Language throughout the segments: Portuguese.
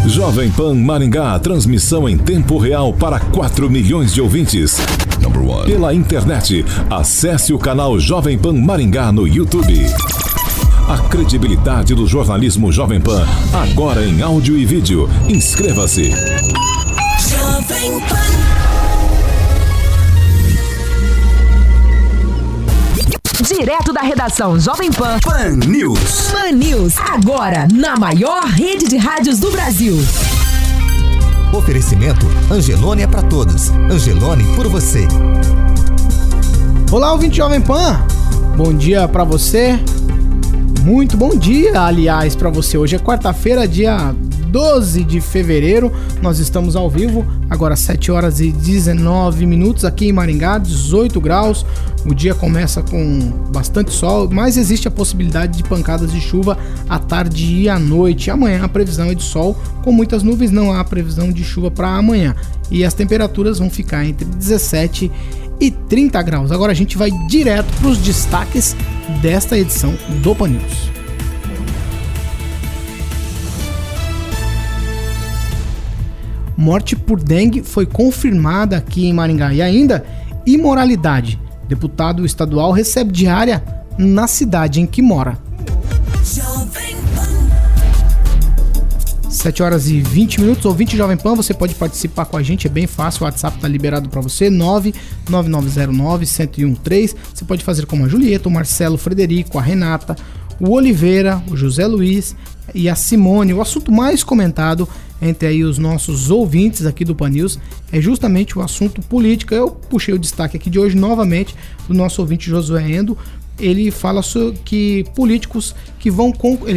Jovem Pan Maringá, transmissão em tempo real para 4 milhões de ouvintes. Pela internet, acesse o canal Jovem Pan Maringá no YouTube. A credibilidade do jornalismo Jovem Pan, agora em áudio e vídeo. Inscreva-se. Jovem Pan. Direto da redação Jovem Pan. Pan News. Pan News, agora na maior rede de rádios do Brasil. Oferecimento Angelone é pra todos. Angelone por você. Olá, ouvinte Jovem Pan. Bom dia pra você. Muito bom dia, aliás, pra você. Hoje é quarta-feira, dia 12 de fevereiro. Nós estamos ao vivo, agora 7 horas e 19 minutos aqui em Maringá, 18 graus. O dia começa com bastante sol, mas existe a possibilidade de pancadas de chuva à tarde e à noite. Amanhã a previsão é de sol, com muitas nuvens, não há previsão de chuva para amanhã. E as temperaturas vão ficar entre 17 e 30 graus. Agora a gente vai direto para os destaques desta edição do Pan News. Morte por dengue foi confirmada aqui em Maringá. E ainda, imoralidade. Deputado estadual recebe diária na cidade em que mora. 7 horas e 20 minutos. Ouvinte Jovem Pan, você pode participar com a gente, é bem fácil, o WhatsApp tá liberado para você, 99909-1013. Você pode fazer como a Julieta, o Marcelo, o Frederico, a Renata, o Oliveira, o José Luiz e a Simone. O assunto mais comentado entre aí os nossos ouvintes aqui do Pan News é justamente o assunto política. Eu puxei o destaque aqui de hoje novamente do nosso ouvinte Josué Endo. Ele fala sobre políticos que vão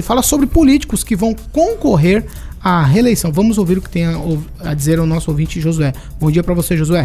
concorrer à reeleição. Vamos ouvir o que tem a dizer o nosso ouvinte Josué. Bom dia para você, Josué.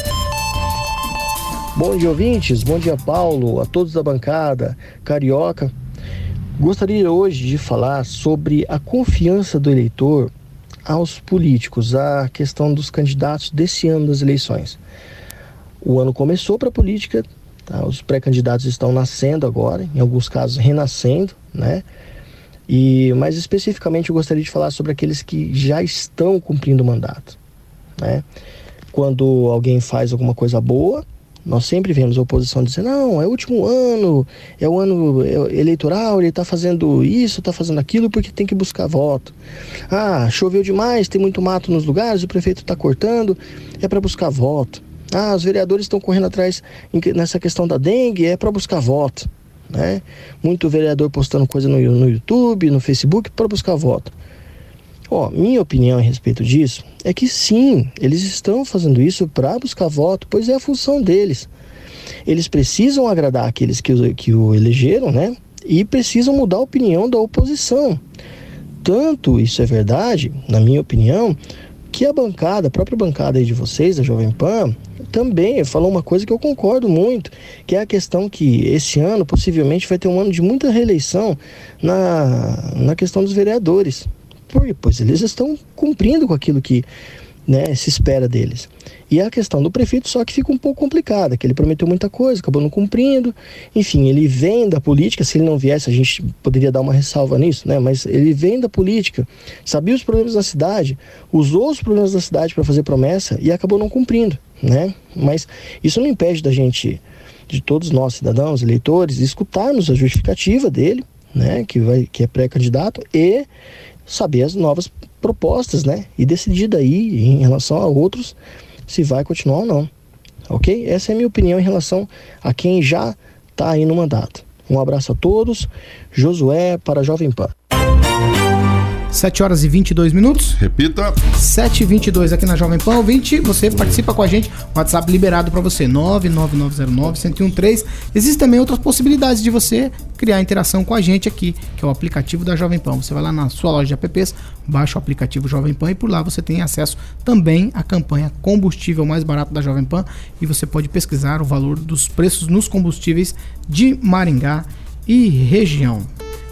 Bom dia, ouvintes. Bom dia, Paulo, a todos da bancada carioca. Gostaria hoje de falar sobre a confiança do eleitor aos políticos, a questão dos candidatos desse ano das eleições. O ano começou para a política, tá? Os pré-candidatos estão nascendo agora, em alguns casos renascendo, né? Mas especificamente eu gostaria de falar sobre aqueles que já estão cumprindo o mandato, né? Quando alguém faz alguma coisa boa, nós sempre vemos a oposição dizer, não, é o último ano, é o ano eleitoral, ele está fazendo isso, está fazendo aquilo porque tem que buscar voto. Ah, choveu demais, tem muito mato nos lugares, o prefeito está cortando, é para buscar voto. Ah, os vereadores estão correndo atrás nessa questão da dengue, é para buscar voto, né? Muito vereador postando coisa no YouTube, no Facebook, para buscar voto. Minha opinião a respeito disso é que sim, eles estão fazendo isso para buscar voto, pois é a função deles. Eles precisam agradar aqueles que o elegeram, né? E precisam mudar a opinião da oposição. Tanto isso é verdade, na minha opinião, que a própria bancada aí de vocês, da Jovem Pan, também falou uma coisa que eu concordo muito, que é a questão que esse ano possivelmente vai ter um ano de muita reeleição na questão dos vereadores. Pois eles estão cumprindo com aquilo que, né, se espera deles. E a questão do prefeito só que fica um pouco complicada, que ele prometeu muita coisa, acabou não cumprindo. Enfim, ele vem da política, se ele não viesse a gente poderia dar uma ressalva nisso, né? Mas ele vem da política, sabia os problemas da cidade, usou os problemas da cidade para fazer promessa e acabou não cumprindo, né? Mas isso não impede da gente, de todos nós cidadãos, eleitores, escutarmos a justificativa dele, né? Que é pré-candidato e saber as novas propostas, né? E decidir daí, em relação a outros, se vai continuar ou não. Ok? Essa é a minha opinião em relação a quem já está aí no mandato. Um abraço a todos. Josué para a Jovem Pan. 7 horas e 22 minutos. Repita. 7h22 aqui na Jovem Pan. Ouvinte, você participa com a gente. WhatsApp liberado para você, 99909-1013. Existem também outras possibilidades de você criar interação com a gente aqui, que é o aplicativo da Jovem Pan. Você vai lá na sua loja de apps, baixa o aplicativo Jovem Pan e por lá você tem acesso também à campanha Combustível Mais Barato da Jovem Pan e você pode pesquisar o valor dos preços nos combustíveis de Maringá e região.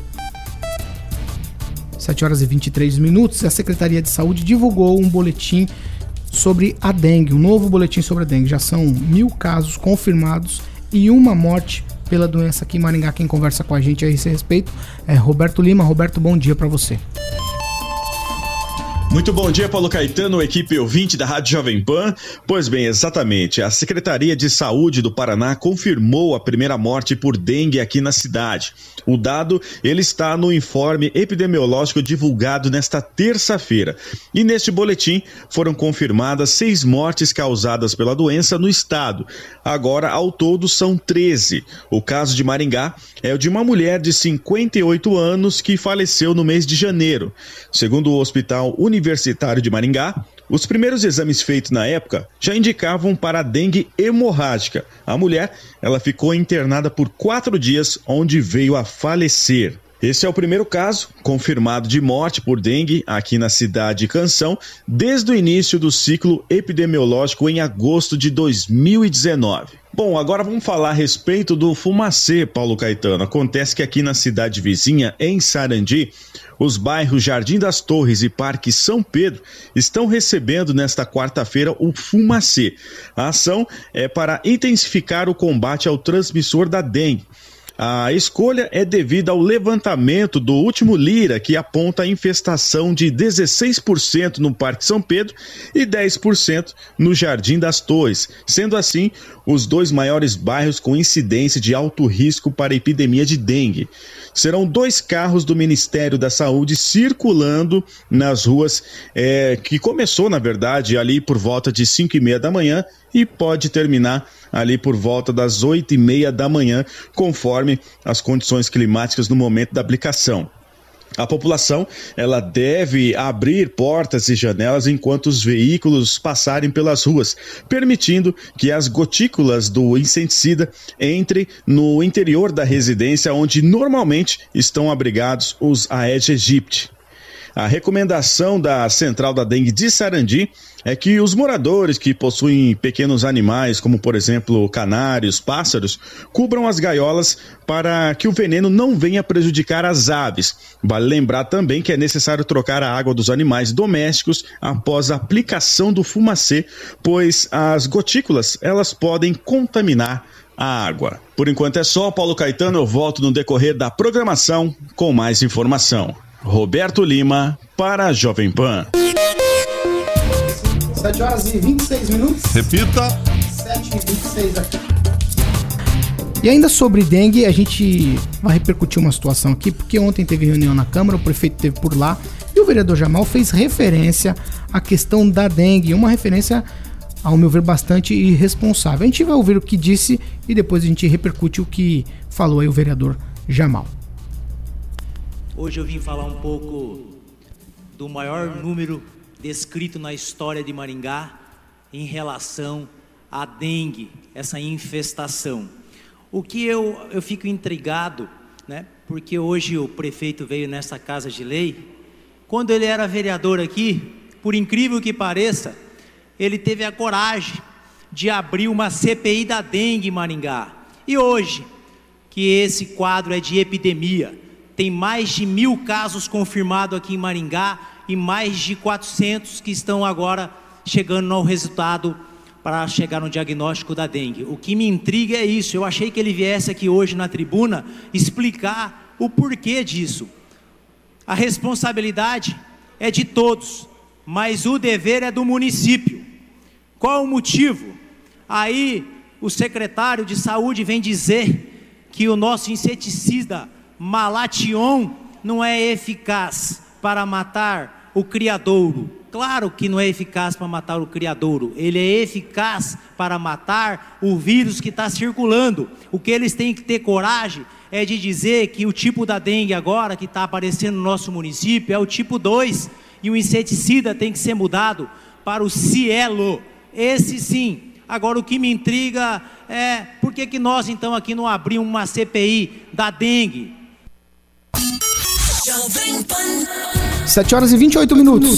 7 horas e 23 minutos, a Secretaria de Saúde divulgou um boletim sobre a dengue, um novo boletim sobre a dengue. Já são 1.000 casos confirmados e uma morte pela doença aqui em Maringá. Quem conversa com a gente a esse respeito é Roberto Lima. Roberto, bom dia para você. Muito bom dia, Paulo Caetano, equipe ouvinte da Rádio Jovem Pan. Pois bem, exatamente, a Secretaria de Saúde do Paraná confirmou a primeira morte por dengue aqui na cidade. O dado, ele está no informe epidemiológico divulgado nesta terça-feira. E neste boletim foram confirmadas 6 mortes causadas pela doença no estado. Agora, ao todo, são 13. O caso de Maringá é o de uma mulher de 58 anos que faleceu no mês de janeiro. Segundo o Hospital Universitário de Maringá, os primeiros exames feitos na época já indicavam para a dengue hemorrágica. A mulher, ela ficou internada por 4 dias, onde veio a falecer. Esse é o primeiro caso confirmado de morte por dengue aqui na cidade de Canção, desde o início do ciclo epidemiológico em agosto de 2019. Bom, agora vamos falar a respeito do fumacê, Paulo Caetano. Acontece que aqui na cidade vizinha, em Sarandi, os bairros Jardim das Torres e Parque São Pedro estão recebendo nesta quarta-feira o fumacê. A ação é para intensificar o combate ao transmissor da dengue. A escolha é devida ao levantamento do último Lira, que aponta a infestação de 16% no Parque São Pedro e 10% no Jardim das Torres, sendo assim os 2 maiores bairros com incidência de alto risco para a epidemia de dengue. Serão 2 carros do Ministério da Saúde circulando nas ruas, que começou, na verdade, ali por volta de 5h30 da manhã e pode terminar ali por volta das 8h30 da manhã, conforme as condições climáticas no momento da aplicação. A população, ela deve abrir portas e janelas enquanto os veículos passarem pelas ruas, permitindo que as gotículas do inseticida entrem no interior da residência, onde normalmente estão abrigados os Aedes aegypti. A recomendação da Central da Dengue de Sarandi é que os moradores que possuem pequenos animais, como por exemplo canários, pássaros, cubram as gaiolas para que o veneno não venha prejudicar as aves. Vale lembrar também que é necessário trocar a água dos animais domésticos após a aplicação do fumacê, pois as gotículas, elas podem contaminar a água. Por enquanto é só, Paulo Caetano, eu volto no decorrer da programação com mais informação. Roberto Lima, para a Jovem Pan. 7h26. Repita. 7h26 aqui. E ainda sobre dengue, a gente vai repercutir uma situação aqui, porque ontem teve reunião na Câmara, o prefeito esteve por lá, e o vereador Jamal fez referência à questão da dengue, uma referência, ao meu ver, bastante irresponsável. A gente vai ouvir o que disse e depois a gente repercute o que falou aí o vereador Jamal. Hoje eu vim falar um pouco do maior número descrito na história de Maringá em relação à dengue, essa infestação. O que eu fico intrigado, né? Porque hoje o prefeito veio nessa Casa de Lei. Quando ele era vereador aqui, por incrível que pareça, ele teve a coragem de abrir uma CPI da dengue em Maringá. E hoje, que esse quadro é de epidemia, tem mais de 1.000 casos confirmados aqui em Maringá e mais de 400 que estão agora chegando ao resultado para chegar no diagnóstico da dengue. O que me intriga é isso. Eu achei que ele viesse aqui hoje na tribuna explicar o porquê disso. A responsabilidade é de todos, mas o dever é do município. Qual o motivo? Aí o secretário de saúde vem dizer que o nosso inseticida Malathion não é eficaz para matar o criadouro. Claro que não é eficaz para matar o criadouro, ele é eficaz para matar o vírus que está circulando. O que eles têm que ter coragem é de dizer que o tipo da dengue agora que está aparecendo no nosso município é o tipo 2 e o inseticida tem que ser mudado para o Cielo, esse sim. Agora o que me intriga é por que nós então aqui não abrimos uma CPI da dengue? 7h28.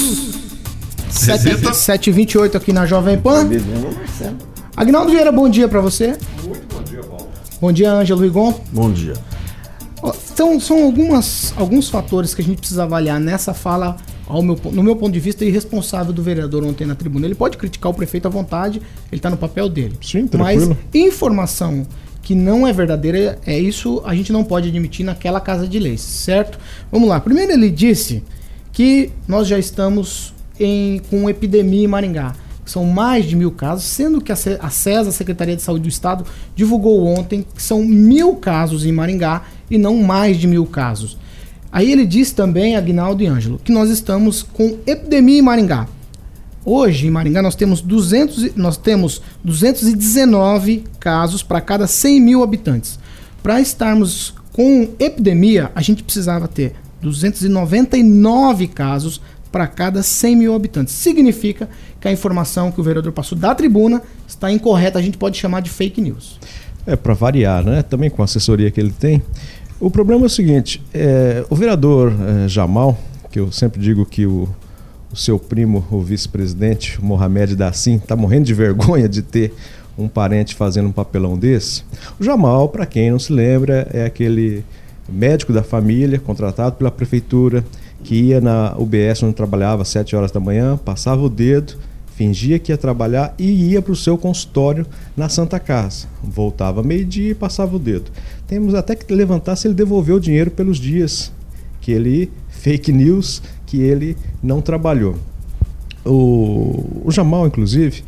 7h28 aqui na Jovem Pan. Agnaldo Vieira, bom dia pra você. Muito bom dia, Paulo. Bom dia, Ângelo Rigon. Bom dia. Então, são alguns fatores que a gente precisa avaliar nessa fala, no meu ponto de vista, irresponsável do vereador ontem na tribuna. Ele pode criticar o prefeito à vontade, ele tá no papel dele. Sim, tranquilo. Mas informação que não é verdadeira, isso a gente não pode admitir naquela Casa de Leis, certo? Vamos lá. Primeiro ele disse que nós já estamos com epidemia em Maringá. São mais de 1.000 casos, sendo que a SESA, a Secretaria de Saúde do Estado, divulgou ontem que são 1.000 casos em Maringá e não mais de 1.000 casos. Aí ele disse também, Aguinaldo e Ângelo, que nós estamos com epidemia em Maringá. Hoje, em Maringá, nós temos 219 casos para cada 100 mil habitantes. Para estarmos com epidemia, a gente precisava ter 299 casos para cada 100 mil habitantes. Significa que a informação que o vereador passou da tribuna está incorreta, a gente pode chamar de fake news. Para variar, né? Também com a assessoria que ele tem. O problema é o seguinte, o vereador Jamal, que eu sempre digo que o seu primo, o vice-presidente, o Mohamed Dassim, está morrendo de vergonha de ter um parente fazendo um papelão desse. O Jamal, para quem não se lembra, é aquele médico da família, contratado pela prefeitura, que ia na UBS onde trabalhava às 7 horas da manhã, passava o dedo, fingia que ia trabalhar e ia para o seu consultório na Santa Casa. Voltava meio-dia e passava o dedo. Temos até que levantar se ele devolveu o dinheiro pelos dias que ele, fake news, que ele não trabalhou. O Jamal, inclusive,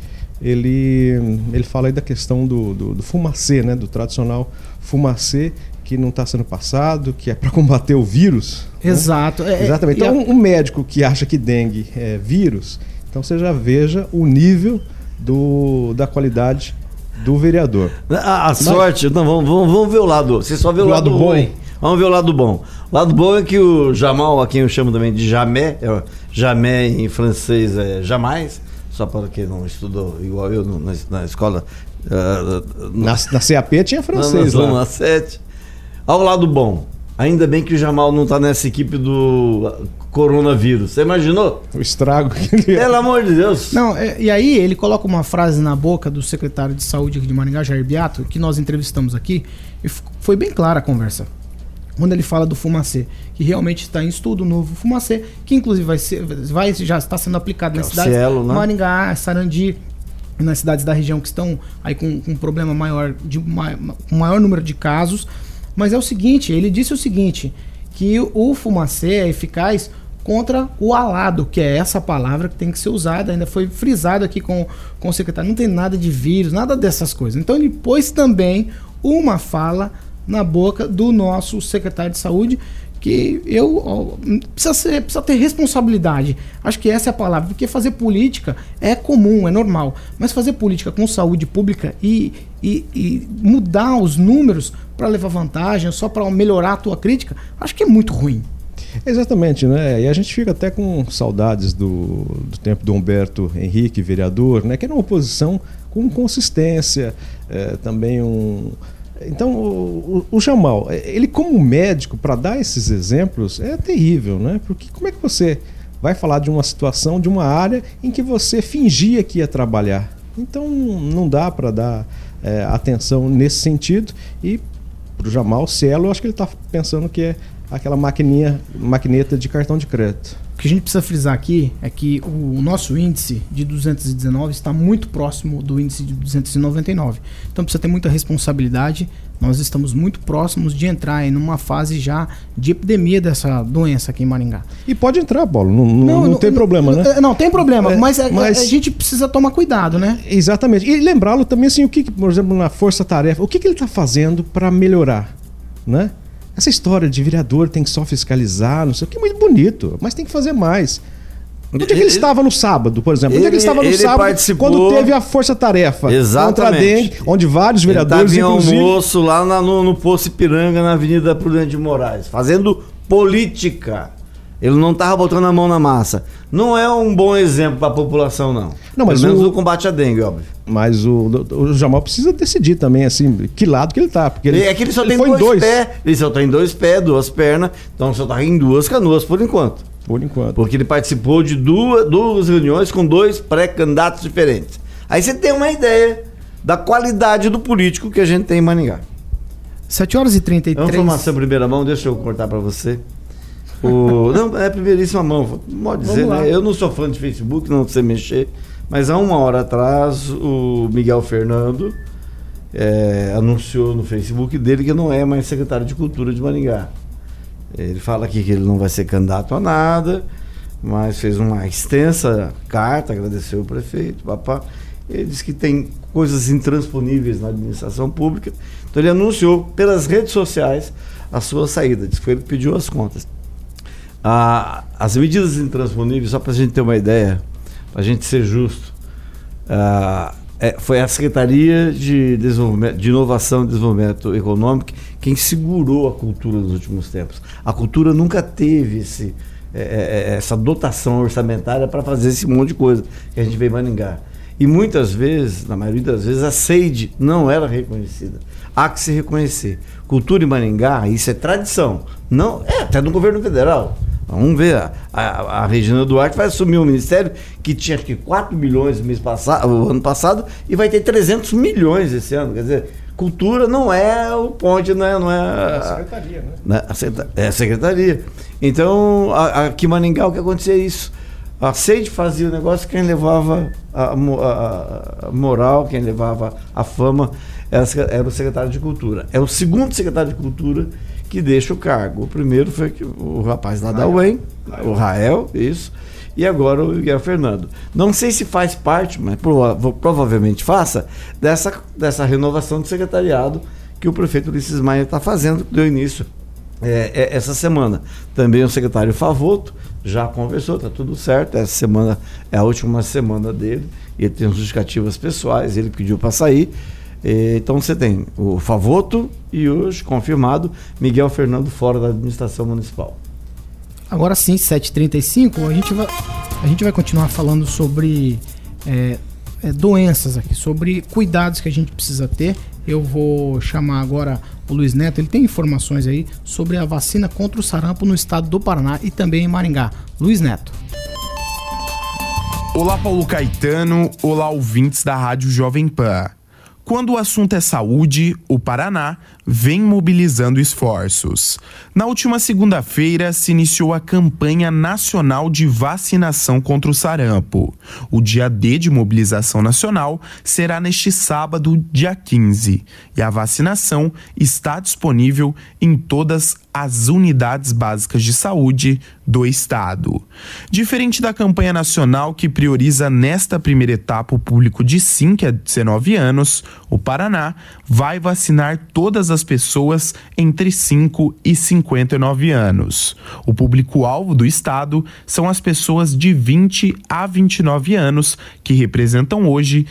ele fala aí da questão do fumacê, né? Do tradicional fumacê que não está sendo passado, que é para combater o vírus. Exato. Né? Exatamente. Então, um médico que acha que dengue é vírus, então você já veja o nível da qualidade do vereador. Sorte, não, vamos ver o lado. Você só vê o lado bom. Vamos ver o lado bom. O lado bom é que o Jamal, a quem eu chamo também de Jamé, Jamé em francês é jamais, só para quem não estudou igual eu na escola. Na CAP tinha francês lá. Na 7. Ao lado bom, ainda bem que o Jamal não está nessa equipe do coronavírus. Você imaginou? O estrago que ele... Pelo amor de Deus. Não, e aí ele coloca uma frase na boca do secretário de saúde aqui de Maringá, Jair Beato, que nós entrevistamos aqui, e foi bem clara a conversa. Quando ele fala do fumacê, que realmente está em estudo novo fumacê, que inclusive já está sendo aplicado nas cidades Cielo, né? Maringá, Sarandi, nas cidades da região que estão aí com um problema maior, com maior número de casos. Mas é o seguinte, ele disse o seguinte, que o fumacê é eficaz contra o alado, que é essa palavra que tem que ser usada, ainda foi frisado aqui com o secretário, não tem nada de vírus, nada dessas coisas. Então ele pôs também uma fala na boca do nosso secretário de saúde, que precisa ter responsabilidade. Acho que essa é a palavra, porque fazer política é comum, é normal, mas fazer política com saúde pública e mudar os números para levar vantagem, só para melhorar a tua crítica, acho que é muito ruim. Exatamente, né? E a gente fica até com saudades do tempo do Humberto Henrique, vereador, né? Que era uma oposição com consistência, também Então, o Jamal, ele como médico, para dar esses exemplos, é terrível, né? Porque como é que você vai falar de uma situação, de uma área em que você fingia que ia trabalhar? Então, não dá para dar atenção nesse sentido. E para o Jamal Cielo, eu acho que ele está pensando que é aquela maquineta de cartão de crédito. O que a gente precisa frisar aqui é que o nosso índice de 219 está muito próximo do índice de 299. Então precisa ter muita responsabilidade. Nós estamos muito próximos de entrar em uma fase já de epidemia dessa doença aqui em Maringá. E pode entrar, Paulo, não tem problema, né? Não, tem problema, mas a gente precisa tomar cuidado, né? Exatamente. E lembrá-lo também, assim, por exemplo, na força-tarefa, o que ele está fazendo para melhorar, né? Essa história de vereador tem que só fiscalizar, não sei o que, é muito bonito, mas tem que fazer mais. Onde é que ele estava no sábado, por exemplo? Onde é que ele estava no sábado quando teve a força-tarefa contra a dengue, onde vários vereadores, inclusive... almoço lá no Poço Ipiranga, na Avenida Prudente de Moraes, fazendo política. Ele não estava botando a mão na massa. Não é um bom exemplo para a população, não. Mas pelo menos no combate à dengue, óbvio. Mas o Jamal precisa decidir também, assim, que lado que ele tá. Porque é que ele só tem dois pés. Ele só tem 2 pés, 2 pernas. Então só tá em 2 canoas por enquanto. Porque ele participou de duas reuniões com 2 pré-candidatos diferentes. Aí você tem uma ideia da qualidade do político que a gente tem em Maringá. 7h33. É uma informação em primeira mão, deixa eu cortar para você. Não, é primeiríssima mão, pode dizer, né? Eu não sou fã de Facebook, não sei mexer, mas há 1 hora atrás o Miguel Fernando anunciou no Facebook dele que não é mais secretário de Cultura de Maringá. Ele fala aqui que ele não vai ser candidato a nada, mas fez uma extensa carta, agradeceu o prefeito, papá. Ele disse que tem coisas intransponíveis na administração pública, então ele anunciou pelas redes sociais a sua saída, disse que ele pediu as contas. As medidas intransponíveis, só para a gente ter uma ideia, para a gente ser justo, foi a Secretaria de Inovação e Desenvolvimento Econômico quem segurou a cultura nos últimos tempos. A cultura nunca teve essa dotação orçamentária para fazer esse monte de coisa que a gente vê em Maringá. E muitas vezes, na maioria das vezes, a SEID não era reconhecida. Há que se reconhecer. Cultura em Maringá, isso é tradição. Não, até no governo federal. Vamos ver, a Regina Duarte vai assumir um ministério que tinha acho que 4 milhões o ano passado e vai ter 300 milhões esse ano. Quer dizer, cultura não é o ponte, não é a secretaria, né? É a secretaria. Então, aqui em Maringá, o que acontecia é isso. A SEID fazia o negócio, quem levava a moral, quem levava a fama era o secretário de Cultura. É o segundo secretário de Cultura que deixa o cargo. O primeiro foi o rapaz lá da UEM, o Rael, isso, e agora o Miguel Fernando. Não sei se faz parte, mas provavelmente faça, dessa renovação do secretariado que o prefeito Ulisses Maia está fazendo, que deu início essa semana. Também o secretário Favoto já conversou, está tudo certo, essa semana é a última semana dele, ele tem justificativas pessoais, ele pediu para sair. Então você tem o Favoto e hoje confirmado Miguel Fernando fora da administração municipal. Agora sim, 7h35, a gente vai continuar falando sobre doenças aqui, sobre cuidados que a gente precisa ter. Eu vou chamar agora o Luiz Neto, ele tem informações aí sobre a vacina contra o sarampo no estado do Paraná e também em Maringá. Luiz Neto. Olá, Paulo Caetano, olá, ouvintes da Rádio Jovem Pan. Quando o assunto é saúde, o Paraná vem mobilizando esforços. Na última segunda-feira se iniciou a campanha nacional de vacinação contra o sarampo. O dia D de mobilização nacional será neste sábado, dia 15, e a vacinação está disponível em todas as unidades básicas de saúde do estado. Diferente da campanha nacional que prioriza nesta primeira etapa o público de 5 a 19 anos, o Paraná vai vacinar todas as pessoas entre 5 e 59 anos. O público-alvo do estado são as pessoas de 20 a 29 anos, que representam hoje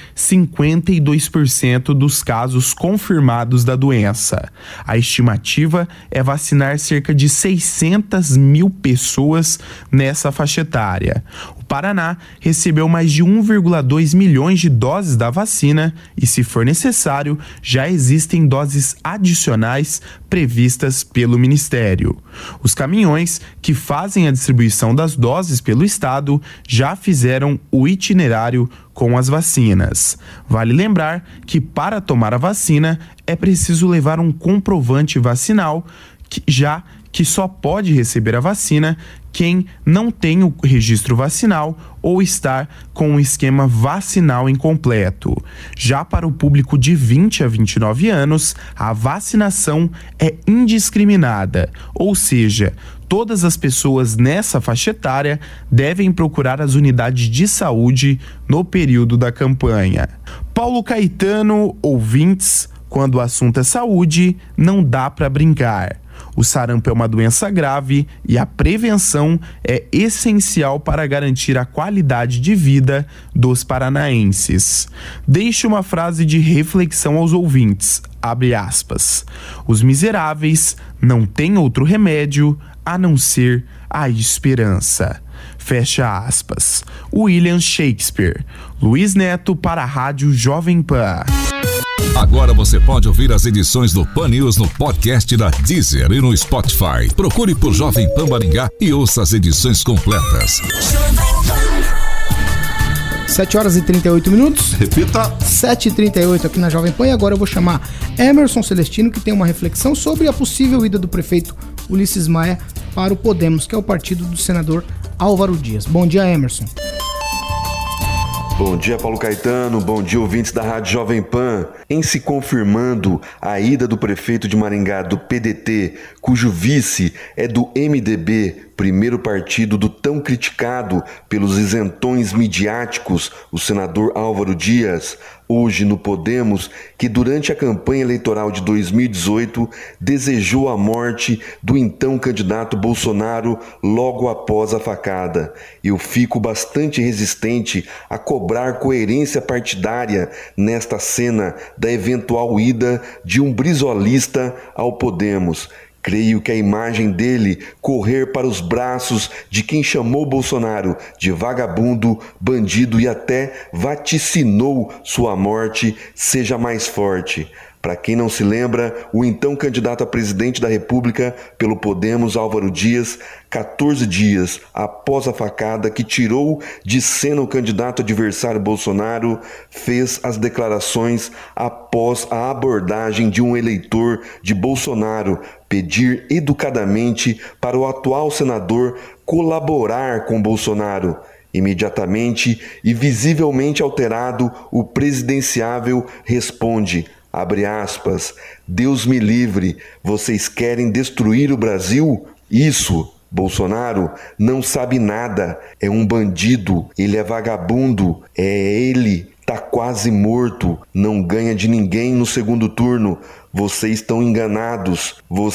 52% dos casos confirmados da doença. A estimativa é vacinar cerca de 600 mil pessoas nessa faixa etária. O Paraná recebeu mais de 1,2 milhões de doses da vacina e, se for necessário, já existem doses adicionais previstas pelo Ministério. Os caminhões que fazem a distribuição das doses pelo estado já fizeram o itinerário com as vacinas. Vale lembrar que para tomar a vacina é preciso levar um comprovante vacinal que só pode receber a vacina quem não tem o registro vacinal ou estar com o esquema vacinal incompleto. Já para o público de 20 a 29 anos, a vacinação é indiscriminada, ou seja, todas as pessoas nessa faixa etária devem procurar as unidades de saúde no período da campanha. Paulo Caetano, ouvintes, quando o assunto é saúde, não dá para brincar. O sarampo é uma doença grave e a prevenção é essencial para garantir a qualidade de vida dos paranaenses. Deixe uma frase de reflexão aos ouvintes, abre aspas. Os miseráveis não têm outro remédio a não ser a esperança. Fecha aspas. William Shakespeare. Luiz Neto para a Rádio Jovem Pan. Agora você pode ouvir as edições do Pan News no podcast da Deezer e no Spotify. Procure por Jovem Pan Maringá e ouça as edições completas. 7h38. Repita. 7h38 aqui na Jovem Pan. E agora eu vou chamar Emerson Celestino, que tem uma reflexão sobre a possível ida do prefeito Ulisses Maia para o Podemos, que é o partido do senador Álvaro Dias. Bom dia, Emerson. Bom dia, Paulo Caetano. Bom dia, ouvintes da Rádio Jovem Pan. Em se confirmando a ida do prefeito de Maringá do PDT, cujo vice é do MDB, primeiro partido do tão criticado pelos isentões midiáticos, o senador Álvaro Dias, hoje no Podemos, que durante a campanha eleitoral de 2018 desejou a morte do então candidato Bolsonaro logo após a facada. Eu fico bastante resistente a cobrar coerência partidária nesta cena da eventual ida de um brizolista ao Podemos. Creio que a imagem dele correr para os braços de quem chamou Bolsonaro de vagabundo, bandido e até vaticinou sua morte seja mais forte. Para quem não se lembra, o então candidato a presidente da República pelo Podemos, Álvaro Dias, 14 dias após a facada que tirou de cena o candidato adversário Bolsonaro, fez as declarações após a abordagem de um eleitor de Bolsonaro pedir educadamente para o atual senador colaborar com Bolsonaro. Imediatamente e visivelmente alterado, o presidenciável responde: abre aspas, Deus me livre, vocês querem destruir o Brasil? Isso, Bolsonaro não sabe nada, é um bandido, ele é vagabundo, ele tá quase morto, não ganha de ninguém no segundo turno. Vocês estão enganados,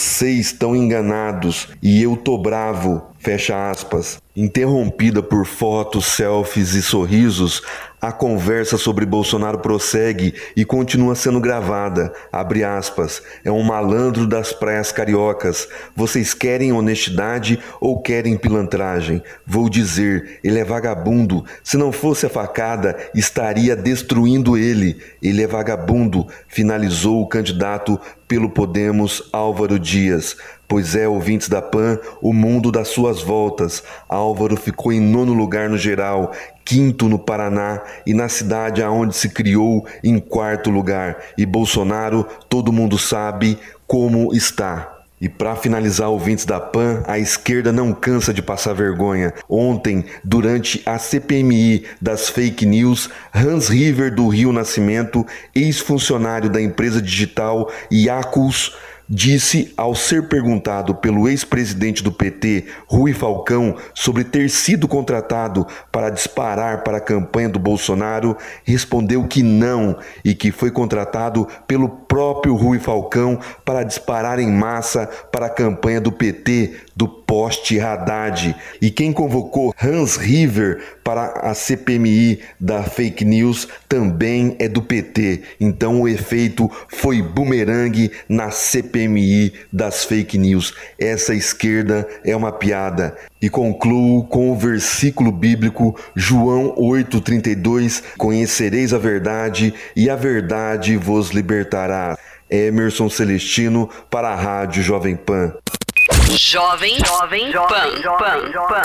e eu tô bravo, fecha aspas. Interrompida por fotos, selfies e sorrisos, a conversa sobre Bolsonaro prossegue e continua sendo gravada, abre aspas, é um malandro das praias cariocas, vocês querem honestidade ou querem pilantragem? Vou dizer, ele é vagabundo, se não fosse a facada, estaria destruindo ele é vagabundo, finalizou o candidato pelo Podemos, Álvaro Dias. Pois é, ouvintes da PAN, o mundo dá suas voltas. Álvaro ficou em 9º lugar no geral, 5º no Paraná e na cidade aonde se criou em 4º lugar. E Bolsonaro, todo mundo sabe como está. E para finalizar, ouvintes da PAN, a esquerda não cansa de passar vergonha. Ontem, durante a CPMI das fake news, Hans River do Rio Nascimento, ex-funcionário da empresa digital Iacus, disse, ao ser perguntado pelo ex-presidente do PT, Rui Falcão, sobre ter sido contratado para disparar para a campanha do Bolsonaro, respondeu que não e que foi contratado pelo próprio Rui Falcão para disparar em massa para a campanha do PT, do poste Haddad. E quem convocou Hans River para a CPMI da fake news também é do PT. Então o efeito foi bumerangue na CPMI das fake news. Essa esquerda é uma piada. E concluo com o versículo bíblico João 8,32: conhecereis a verdade e a verdade vos libertará. Emerson Celestino para a Rádio Jovem Pan. Jovem Pan.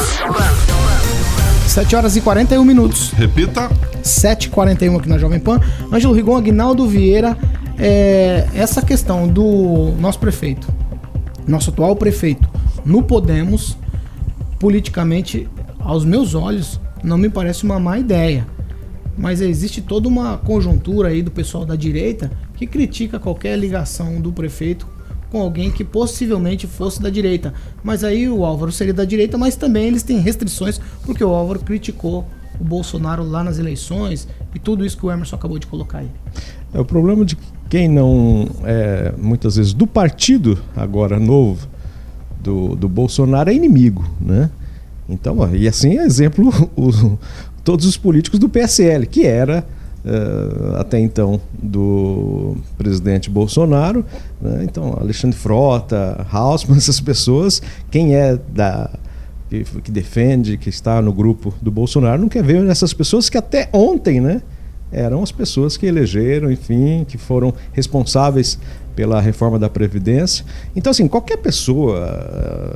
7 horas e 41 minutos. Repita. 7h41 aqui na Jovem Pan. Ângelo Rigon, Aguinaldo Vieira, essa questão do nosso prefeito, nosso atual prefeito, no Podemos, politicamente, aos meus olhos, não me parece uma má ideia. Mas existe toda uma conjuntura aí do pessoal da direita que critica qualquer ligação do prefeito com alguém que possivelmente fosse da direita. Mas aí o Álvaro seria da direita, mas também eles têm restrições, porque o Álvaro criticou o Bolsonaro lá nas eleições e tudo isso que o Emerson acabou de colocar aí. O problema de quem não é, muitas vezes, do partido agora novo do Bolsonaro é inimigo, né? Então, e assim é exemplo todos os políticos do PSL, que era até então do presidente Bolsonaro, né? Então Alexandre Frota, Hausmann, essas pessoas, quem é que defende, que está no grupo do Bolsonaro, não quer ver essas pessoas que até ontem, né, eram as pessoas que elegeram, enfim, que foram responsáveis pela reforma da Previdência. Então, assim, qualquer pessoa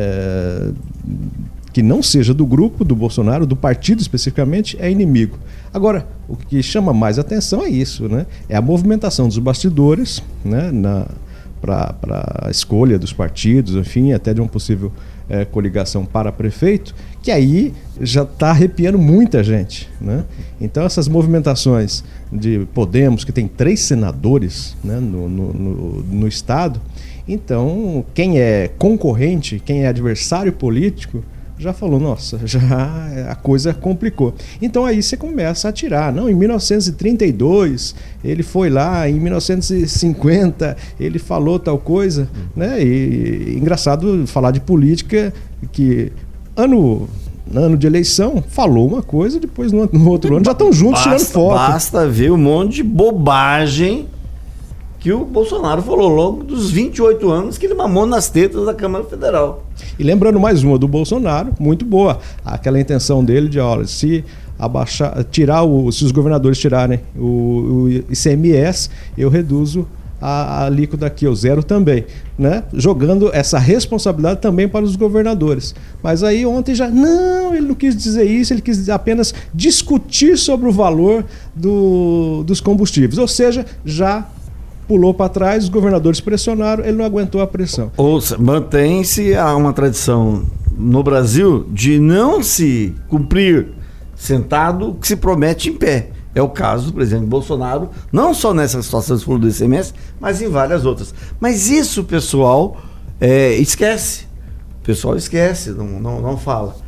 que não seja do grupo do Bolsonaro, do partido especificamente, é inimigo. Agora, o que chama mais atenção é isso, né? É a movimentação dos bastidores, né, para a escolha dos partidos, enfim, até de um possível coligação para prefeito, que aí já está arrepiando muita gente, né? Então essas movimentações de Podemos, que tem 3 senadores, né, no estado, então quem é concorrente, quem é adversário político, já falou, nossa, já a coisa complicou. Então aí você começa a tirar. Não, em 1932 ele foi lá, em 1950 ele falou tal coisa, né? E engraçado falar de política que ano de eleição falou uma coisa, depois no outro ano já estão juntos tirando foto. Basta ver um monte de bobagem que o Bolsonaro falou logo dos 28 anos que ele mamou nas tetas da Câmara Federal. E lembrando mais uma do Bolsonaro, muito boa, aquela intenção dele de, olha, se os governadores tirarem o ICMS, eu reduzo a alíquota aqui, o zero também, né? Jogando essa responsabilidade também para os governadores. Mas aí ontem ele não quis dizer isso, ele quis apenas discutir sobre o valor dos combustíveis, ou seja, já pulou para trás, os governadores pressionaram, ele não aguentou a pressão. Ouça, mantém-se uma tradição no Brasil de não se cumprir sentado o que se promete em pé. É o caso do presidente Bolsonaro, não só nessa situação do ICMS, mas em várias outras. Mas isso o pessoal esquece. O pessoal esquece, não fala.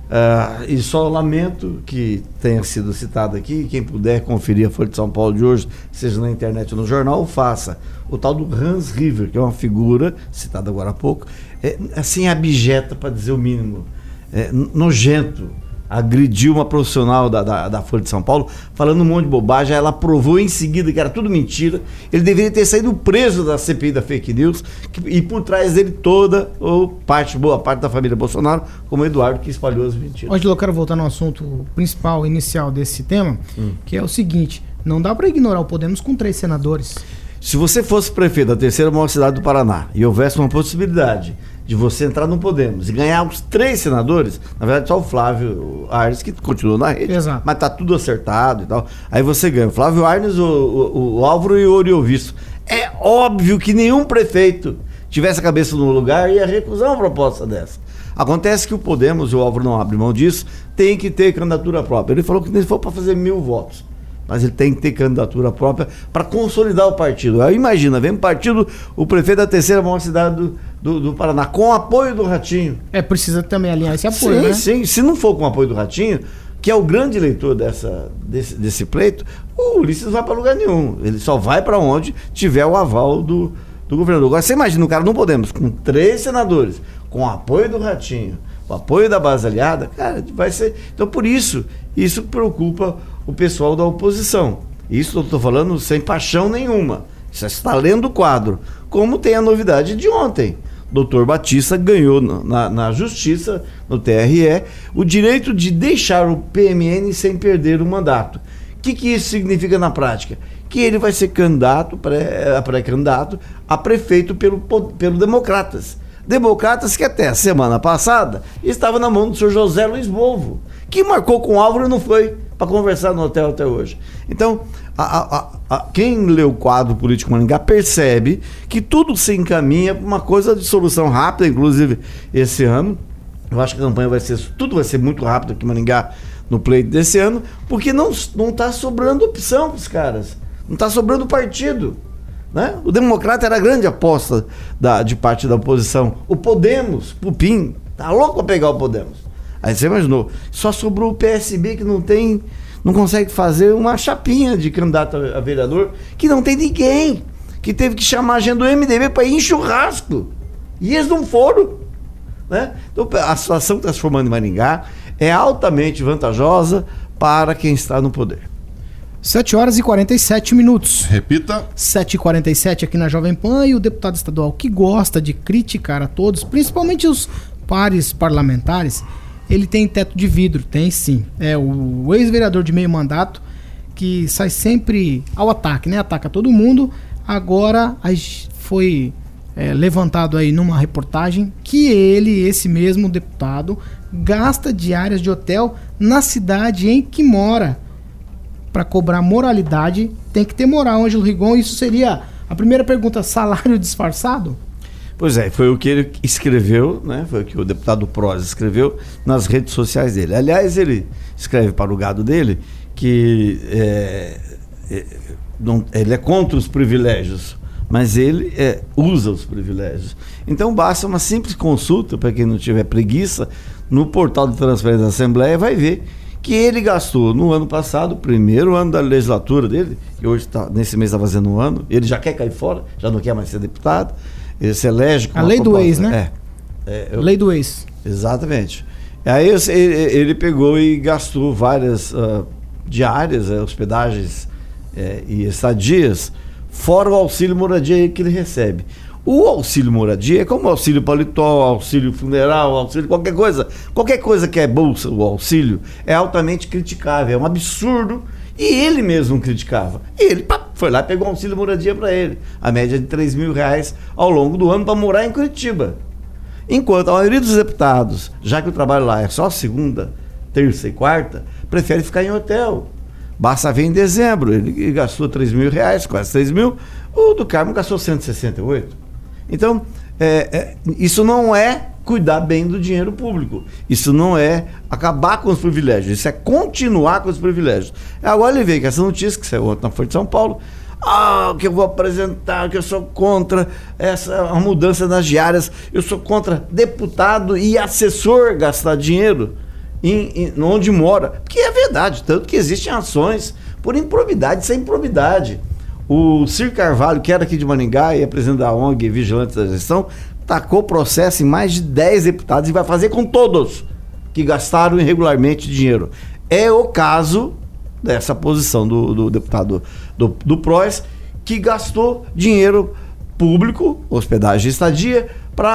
E só lamento que tenha sido citado aqui, quem puder conferir a Folha de São Paulo de hoje, seja na internet ou no jornal, faça. O tal do Hans River, que é uma figura, citada agora há pouco, assim, abjeta, para dizer o mínimo, nojento, agrediu uma profissional da Folha de São Paulo, falando um monte de bobagem. Ela provou em seguida que era tudo mentira. Ele deveria ter saído preso da CPI da fake news, e por trás dele toda boa parte da família Bolsonaro, como o Eduardo, que espalhou as mentiras. Hoje eu quero voltar no assunto principal, inicial desse tema, que é o seguinte: não dá para ignorar o Podemos com 3 senadores. Se você fosse prefeito da terceira maior cidade do Paraná e houvesse uma possibilidade de você entrar no Podemos e ganhar os 3 senadores, na verdade só o Flávio Arnes que continua na rede, exato, mas tá tudo acertado e tal, aí você ganha o Flávio Arnes, o Álvaro e o Oriovisto. É óbvio que nenhum prefeito tivesse a cabeça no lugar e ia recusar uma proposta dessa. Acontece que o Podemos, e o Álvaro não abre mão disso, tem que ter candidatura própria. Ele falou que nem for para fazer 1000 votos. Mas ele tem que ter candidatura própria para consolidar o partido. Aí imagina, vem um partido, o prefeito da terceira maior cidade do Paraná, com apoio do Ratinho. Precisa também alinhar esse apoio, sim, né? Sim, se não for com o apoio do Ratinho, que é o grande eleitor desse pleito, o Ulisses não vai para lugar nenhum. Ele só vai para onde tiver o aval do governador. Agora você imagina, o cara não Podemos, com 3 senadores, com o apoio do Ratinho, o apoio da base aliada, cara, vai ser... Então por isso preocupa o pessoal da oposição. Isso eu estou falando sem paixão nenhuma. Você está lendo o quadro. Como tem a novidade de ontem. Dr. Batista ganhou na justiça, no TRE, o direito de deixar o PMN sem perder o mandato. O que isso significa na prática? Que ele vai ser pré-candidato a prefeito pelo Democratas. Democratas que até a semana passada estava na mão do senhor José Luiz Volvo, que marcou com o Álvaro e não foi para conversar no hotel até hoje. Então, quem lê o quadro político Maringá percebe que tudo se encaminha para uma coisa de solução rápida, inclusive esse ano. Eu acho que a campanha tudo vai ser muito rápido aqui em Maringá no pleito desse ano, porque não está sobrando opção para os caras, não está sobrando partido. Né? O Democrata era a grande aposta de parte da oposição. O Podemos, Pupim, tá louco para pegar o Podemos. Aí você imaginou, só sobrou o PSB que não consegue fazer uma chapinha de candidato a vereador, que não tem ninguém, que teve que chamar a gente do MDB para ir em churrasco. E eles não foram. Né? Então a situação que está se formando em Maringá é altamente vantajosa para quem está no poder. 7h47. Repita. 7h47 aqui na Jovem Pan, e o deputado estadual que gosta de criticar a todos, principalmente os pares parlamentares, ele tem teto de vidro, tem sim. É o ex-vereador de meio mandato que sai sempre ao ataque, né? Ataca todo mundo. Agora foi levantado aí numa reportagem que esse mesmo deputado, gasta diárias de hotel na cidade em que mora. Para cobrar moralidade, tem que ter moral, Ângelo Rigon. Isso seria a primeira pergunta: salário disfarçado? Pois é, foi o que ele escreveu, né? Foi o que o deputado Prós escreveu nas redes sociais dele. Aliás, ele escreve para o gado dele que ele é contra os privilégios, mas ele usa os privilégios. Então basta uma simples consulta, para quem não tiver preguiça, no portal de transferência da Assembleia, vai ver que ele gastou no ano passado, o primeiro ano da legislatura dele, que hoje nesse mês está fazendo um ano, ele já quer cair fora, já não quer mais ser deputado, ele se elege com a lei do ex, né? Lei do ex. Exatamente. Aí ele pegou e gastou várias diárias, hospedagens e estadias, fora o auxílio moradia que ele recebe. O auxílio moradia é como o auxílio paletó, auxílio funeral, auxílio qualquer coisa que é bolsa, o auxílio, é altamente criticável, é um absurdo, e ele mesmo criticava. E ele foi lá e pegou um auxílio moradia para ele, a média de R$3.000 ao longo do ano para morar em Curitiba. Enquanto a maioria dos deputados, já que o trabalho lá é só segunda, terça e quarta, prefere ficar em hotel. Basta ver em dezembro, ele gastou R$3.000, quase 3 mil, o do Carmo gastou 168. Então, isso não é cuidar bem do dinheiro público, isso não é acabar com os privilégios, isso é continuar com os privilégios. Agora ele veio com essa notícia, que saiu ontem na Folha de São Paulo, que eu vou apresentar, que eu sou contra a mudança nas diárias, eu sou contra deputado e assessor gastar dinheiro onde mora, que é verdade, tanto que existem ações por improbidade, sem improbidade. O Cir Carvalho, que era aqui de Maringá e é presidente da ONG Vigilantes da Gestão, tacou processo em mais de 10 deputados e vai fazer com todos que gastaram irregularmente dinheiro. É o caso dessa posição do deputado do PROS, que gastou dinheiro público, hospedagem e estadia,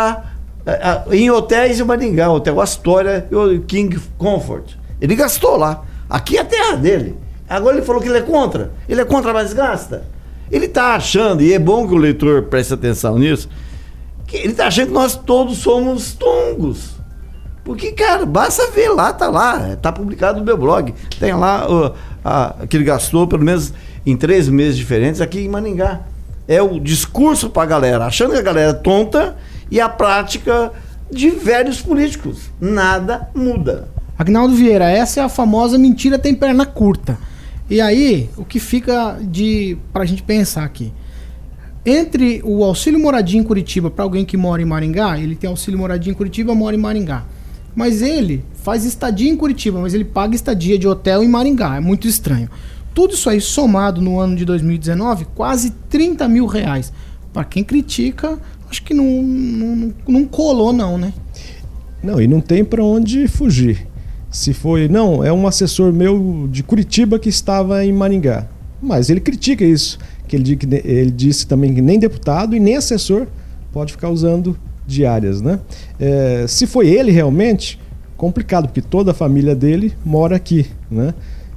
em hotéis em Maringá, Hotel Astoria e o King Comfort. Ele gastou lá. Aqui é a terra dele. Agora ele falou que ele é contra. Ele é contra, mas gasta. Ele está achando, e é bom que o leitor preste atenção nisso, que ele está achando que nós todos somos tongos. Porque, cara, basta ver lá, tá publicado no meu blog. Tem lá que ele gastou, pelo menos em 3 meses diferentes, aqui em Maringá. É o discurso pra galera, achando que a galera é tonta, e a prática de velhos políticos. Nada muda. Agnaldo Vieira, essa é a famosa mentira tem perna curta. E aí, o que fica pra gente pensar aqui? Entre o auxílio moradia em Curitiba para alguém que mora em Maringá, ele tem auxílio moradia em Curitiba, mora em Maringá. Mas ele faz estadia em Curitiba, mas ele paga estadia de hotel em Maringá. É muito estranho. Tudo isso aí somado no ano de 2019, quase R$30 mil. Para quem critica, acho que não colou não, né? Não, e não tem para onde fugir. Se foi, não, é um assessor meu de Curitiba que estava em Maringá. Mas ele critica isso, que ele disse também que nem deputado e nem assessor pode ficar usando diárias, né? Se foi ele realmente, complicado, porque toda a família dele mora aqui, né?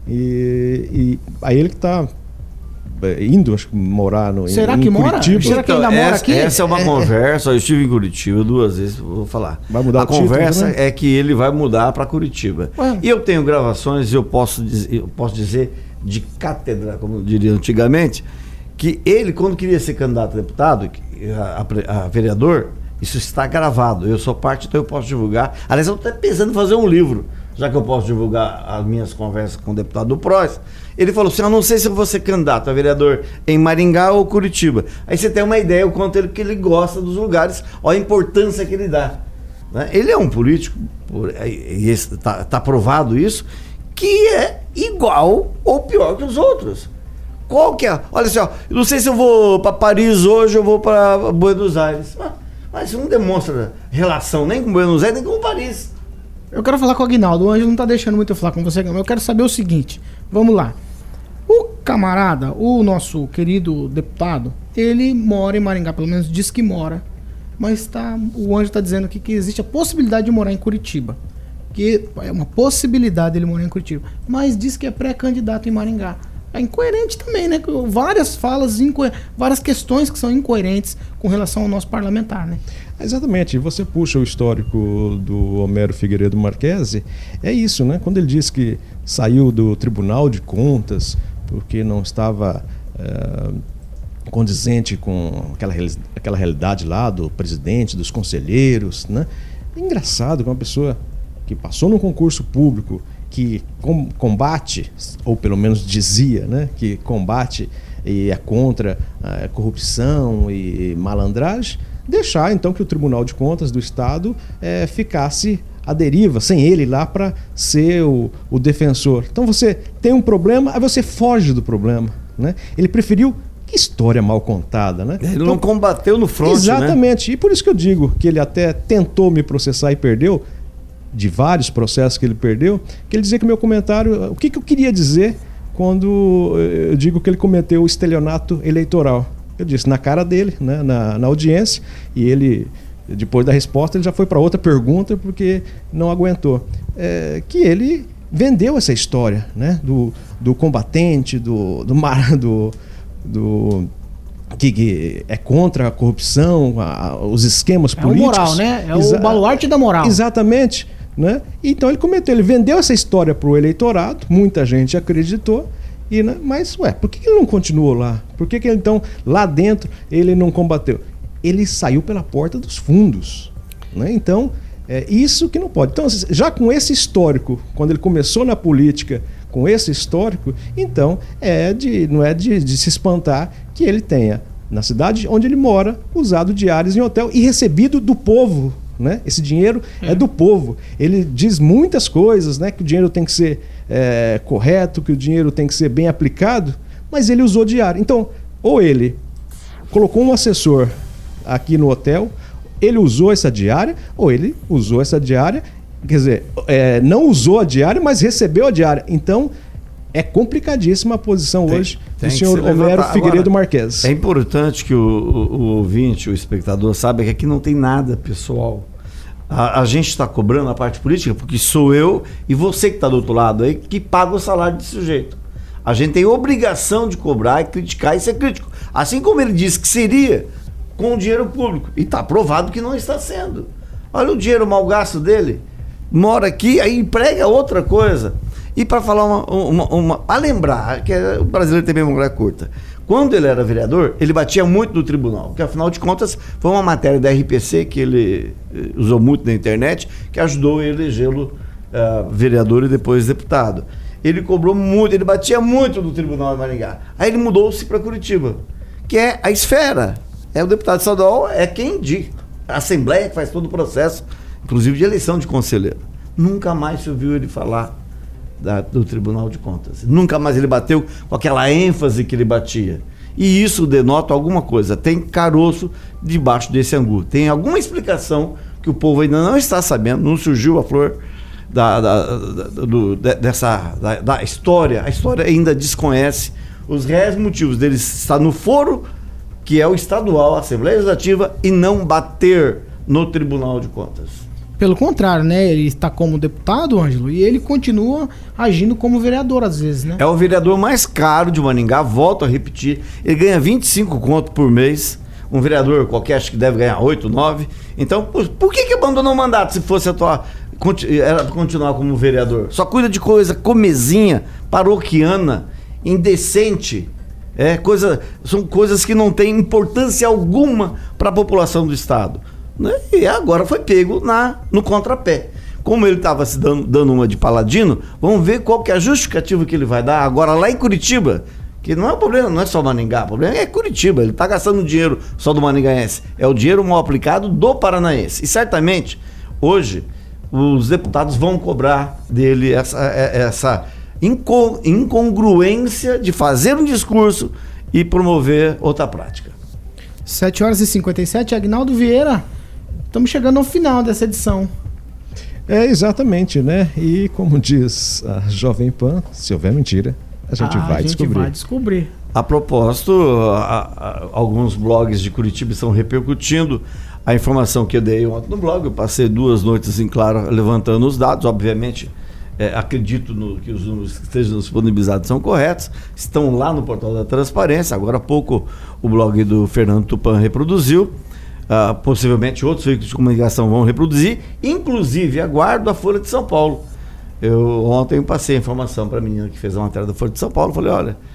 E aí ele que está indo, acho que morar em Curitiba. Será que ainda mora aqui? Essa é uma conversa, eu estive em Curitiba 2 vezes, vou falar. Vai mudar a conversa título, né? É que ele vai mudar para Curitiba. E eu tenho gravações, eu posso dizer de cátedra, como diria antigamente, que ele, quando queria ser candidato a deputado, a vereador, isso está gravado. Eu sou parte, então eu posso divulgar. Aliás, eu estou pensando em fazer um livro, já que eu posso divulgar as minhas conversas com o deputado do PROS. Ele falou assim, eu não sei se eu vou ser candidato a vereador em Maringá ou Curitiba. Aí você tem uma ideia o quanto que ele gosta dos lugares, olha a importância que ele dá. Né? Ele é um político, e está provado isso, que é igual ou pior que os outros. Qual que é? Olha assim, eu não sei se eu vou para Paris hoje ou vou para Buenos Aires. Mas isso não demonstra relação nem com Buenos Aires, nem com Paris. Eu quero falar com o Aguinaldo, o Anjo não tá deixando muito eu falar com você, mas eu quero saber o seguinte, vamos lá. O camarada, o nosso querido deputado, ele mora em Maringá, pelo menos diz que mora, mas o Anjo tá dizendo aqui que existe a possibilidade de morar em Curitiba, que é uma possibilidade ele morar em Curitiba, mas diz que é pré-candidato em Maringá. É incoerente também, né? Várias falas, várias questões que são incoerentes com relação ao nosso parlamentar, né? Exatamente, você puxa o histórico do Homero Figueiredo Marquesi, é isso, né? Quando ele diz que saiu do Tribunal de Contas porque não estava condizente com aquela realidade lá do presidente, dos conselheiros, né? É engraçado que uma pessoa que passou num concurso público, que combate, ou pelo menos dizia, né, que combate e é contra a corrupção e malandragem, deixar então que o Tribunal de Contas do Estado ficasse à deriva, sem ele lá para ser o defensor. Então você tem um problema, aí você foge do problema, né? Ele preferiu. Que história mal contada, né? Ele não combateu no front, exatamente, né? E por isso que eu digo que ele até tentou me processar e perdeu, de vários processos que ele perdeu, que ele dizia que o meu comentário... O que eu queria dizer quando eu digo que ele cometeu o estelionato eleitoral? Eu disse na cara dele, né, na audiência, e ele, depois da resposta, ele já foi para outra pergunta porque não aguentou. Que ele vendeu essa história, né, do combatente, que é contra a corrupção, os esquemas políticos. É o moral, né? O baluarte da moral. Exatamente. Né? Então ele vendeu essa história para o eleitorado, muita gente acreditou, né? Mas por que ele não continuou lá? Por que ele, então, lá dentro, ele não combateu? Ele saiu pela porta dos fundos. Né? Então, é isso que não pode. Então, já com esse histórico, quando ele começou na política, com esse histórico, então não é de se espantar que ele tenha, na cidade onde ele mora, usado diárias em hotel e recebido do povo, né? Esse dinheiro é do povo. Ele diz muitas coisas, né? Que o dinheiro tem que ser correto, que o dinheiro tem que ser bem aplicado, mas ele usou diária. Então, ou ele colocou um assessor aqui no hotel, ele usou essa diária, ou ele usou essa diária, quer dizer, não usou a diária, mas recebeu a diária. Então, é complicadíssima a posição hoje do senhor Homero Figueiredo Marques. É importante que o ouvinte, o espectador, saiba que aqui não tem nada pessoal. A gente está cobrando a parte política porque sou eu e você que está do outro lado aí que paga o salário desse sujeito. A gente tem obrigação de cobrar e criticar e ser crítico. Assim como ele disse que seria com o dinheiro público. E está provado que não está sendo. Olha o dinheiro mal gasto dele. Mora aqui, aí emprega outra coisa. E para falar a lembrar, que o brasileiro tem memória curta. Quando ele era vereador, ele batia muito no tribunal, porque afinal de contas foi uma matéria da RPC que ele usou muito na internet, que ajudou a elegê-lo vereador e depois deputado. Ele cobrou muito, ele batia muito no tribunal de Maringá. Aí ele mudou-se para Curitiba, que é a esfera. O deputado estadual é quem diz. A Assembleia que faz todo o processo, inclusive de eleição de conselheiro. Nunca mais se ouviu ele falar do Tribunal de Contas. Nunca mais ele bateu com aquela ênfase que ele batia. E isso denota alguma coisa. Tem caroço debaixo desse angu. Tem alguma explicação que o povo ainda não está sabendo. Não surgiu a flor da história. A história ainda desconhece os reais motivos dele estar no foro, que é o estadual, a Assembleia Legislativa, e não bater no Tribunal de Contas. Pelo contrário, né? Ele está como deputado, Ângelo, e ele continua agindo como vereador às vezes, né? É o vereador mais caro de Maringá, volto a repetir. Ele ganha 25 conto por mês. Um vereador qualquer acho que deve ganhar 8, 9. Então, por que abandonou o mandato se fosse era continuar como vereador? Só cuida de coisa comezinha, paroquiana, indecente. São coisas que não têm importância alguma para a população do estado. E agora foi pego no contrapé. Como ele estava se dando uma de paladino, vamos ver qual que é a justificativa que ele vai dar agora lá em Curitiba, que não é o problema, não é só Maringá, o problema é Curitiba. Ele está gastando dinheiro só do maringaense, é o dinheiro mal aplicado do paranaense. E certamente hoje os deputados vão cobrar dele essa incongruência de fazer um discurso e promover outra prática. 7h57, Agnaldo Vieira. Estamos chegando ao final dessa edição. Exatamente, né? E como diz a Jovem Pan, se houver mentira, a gente vai descobrir. A propósito, alguns blogs de Curitiba estão repercutindo a informação que eu dei ontem no blog. Eu passei 2 noites em claro levantando os dados, obviamente. Acredito que os números que estejam disponibilizados são corretos, estão lá no portal da transparência. Agora há pouco o blog do Fernando Tupan reproduziu, possivelmente outros veículos de comunicação vão reproduzir, inclusive aguardo a Folha de São Paulo. Eu ontem passei a informação para a menina que fez a matéria da Folha de São Paulo, falei, olha,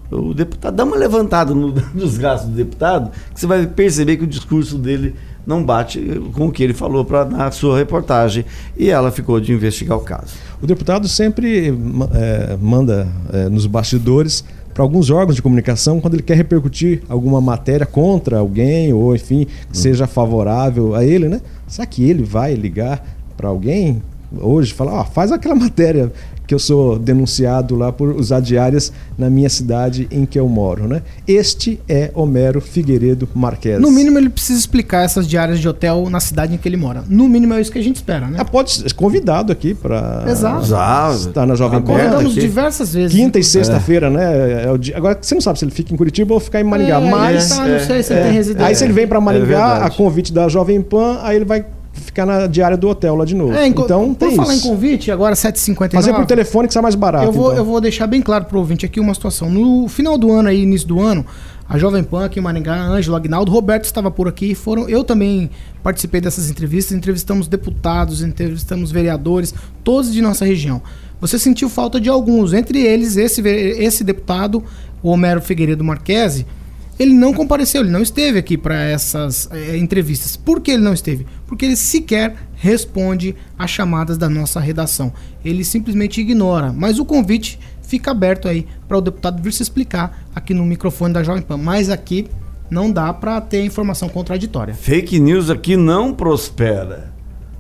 o deputado, dá uma levantada nos gastos do deputado, que você vai perceber que o discurso dele não bate com o que ele falou na sua reportagem, e ela ficou de investigar o caso. O deputado sempre manda nos bastidores para alguns órgãos de comunicação quando ele quer repercutir alguma matéria contra alguém, ou enfim, que seja favorável a ele, né? Será que ele vai ligar para alguém hoje e falar, faz aquela matéria que eu sou denunciado lá por usar diárias na minha cidade em que eu moro, né? Este é Homero Figueiredo Marques. No mínimo ele precisa explicar essas diárias de hotel na cidade em que ele mora. No mínimo é isso que a gente espera, né? Pode ser convidado aqui para estar na Jovem Pan. Convidamos diversas vezes. Quinta e sexta-feira, né? Agora, você não sabe se ele fica em Curitiba ou ficar em Maringá, mas... não sei se ele tem residência. Aí se ele vem para Maringá, a convite da Jovem Pan, aí ele vai ficar na diária do hotel lá de novo. Então, por falar em convite, agora 7h59... Fazer por telefone que sai mais barato. Eu vou deixar bem claro pro ouvinte aqui uma situação. No final do ano, aí, início do ano, a Jovem Pan aqui em Maringá, Ângelo, Agnaldo, Roberto estava por aqui. Eu também participei dessas entrevistas. Entrevistamos deputados, entrevistamos vereadores, todos de nossa região. Você sentiu falta de alguns. Entre eles, esse deputado, o Homero Figueiredo Marques, ele não compareceu, ele não esteve aqui para essas entrevistas. Por que ele não esteve? Porque ele sequer responde às chamadas da nossa redação. Ele simplesmente ignora. Mas o convite fica aberto aí para o deputado vir se explicar aqui no microfone da Jovem Pan. Mas aqui não dá para ter informação contraditória. Fake news aqui não prospera.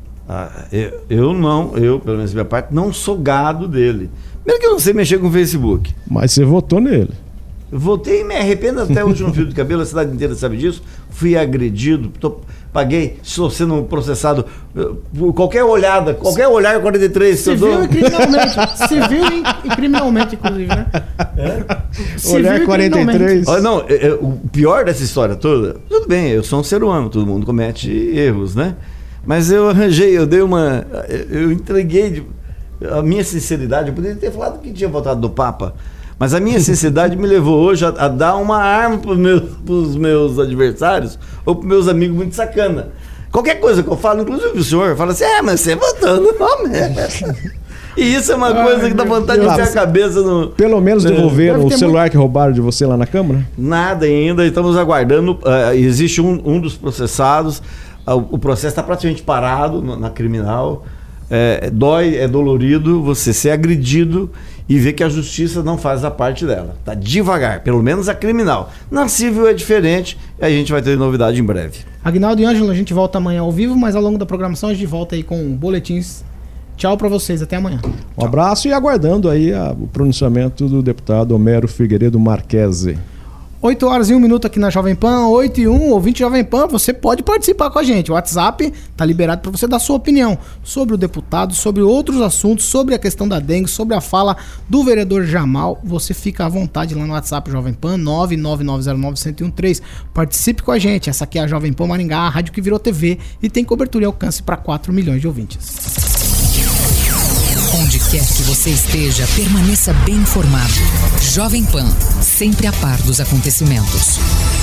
Eu, pelo menos da minha parte, não sou gado dele. Mesmo que eu não sei mexer com o Facebook. Mas você votou nele. Eu votei e me arrependo até o último fio de cabelo, a cidade inteira sabe disso. Fui agredido, paguei, estou sendo processado por qualquer olhar 43. Civil e criminalmente. Civil e criminalmente, inclusive, né? Olhar 43. Não, o pior dessa história toda, tudo bem, eu sou um ser humano, todo mundo comete erros, né? Mas eu entreguei a minha sinceridade. Eu poderia ter falado que tinha votado do Papa. Mas a minha sinceridade me levou hoje a dar uma arma para os meus adversários ou para os meus amigos muito sacana. Qualquer coisa que eu falo, inclusive o senhor, fala assim, mas você votou no nome. E isso é uma coisa que dá vontade de ter a cabeça no... Pelo menos devolveram o celular que roubaram de você lá na Câmara? Nada ainda, estamos aguardando. Existe um dos processados, o processo está praticamente parado na criminal. Dói, é dolorido você ser agredido e ver que a justiça não faz a parte dela. Tá devagar, pelo menos a criminal. Na civil é diferente e a gente vai ter novidade em breve. Agnaldo e Ângelo, a gente volta amanhã ao vivo, mas ao longo da programação a gente volta aí com boletins. Tchau pra vocês, até amanhã. Um abraço e aguardando aí o pronunciamento do deputado Homero Figueiredo Marques. 8h01 aqui na Jovem Pan, 8h01, ouvinte Jovem Pan, você pode participar com a gente. O WhatsApp tá liberado para você dar sua opinião sobre o deputado, sobre outros assuntos, sobre a questão da dengue, sobre a fala do vereador Jamal. Você fica à vontade lá no WhatsApp Jovem Pan, 99909-1013. Participe com a gente. Essa aqui é a Jovem Pan Maringá, a rádio que virou TV e tem cobertura e alcance para 4 milhões de ouvintes. Onde quer que você esteja, permaneça bem informado. Jovem Pan, sempre a par dos acontecimentos.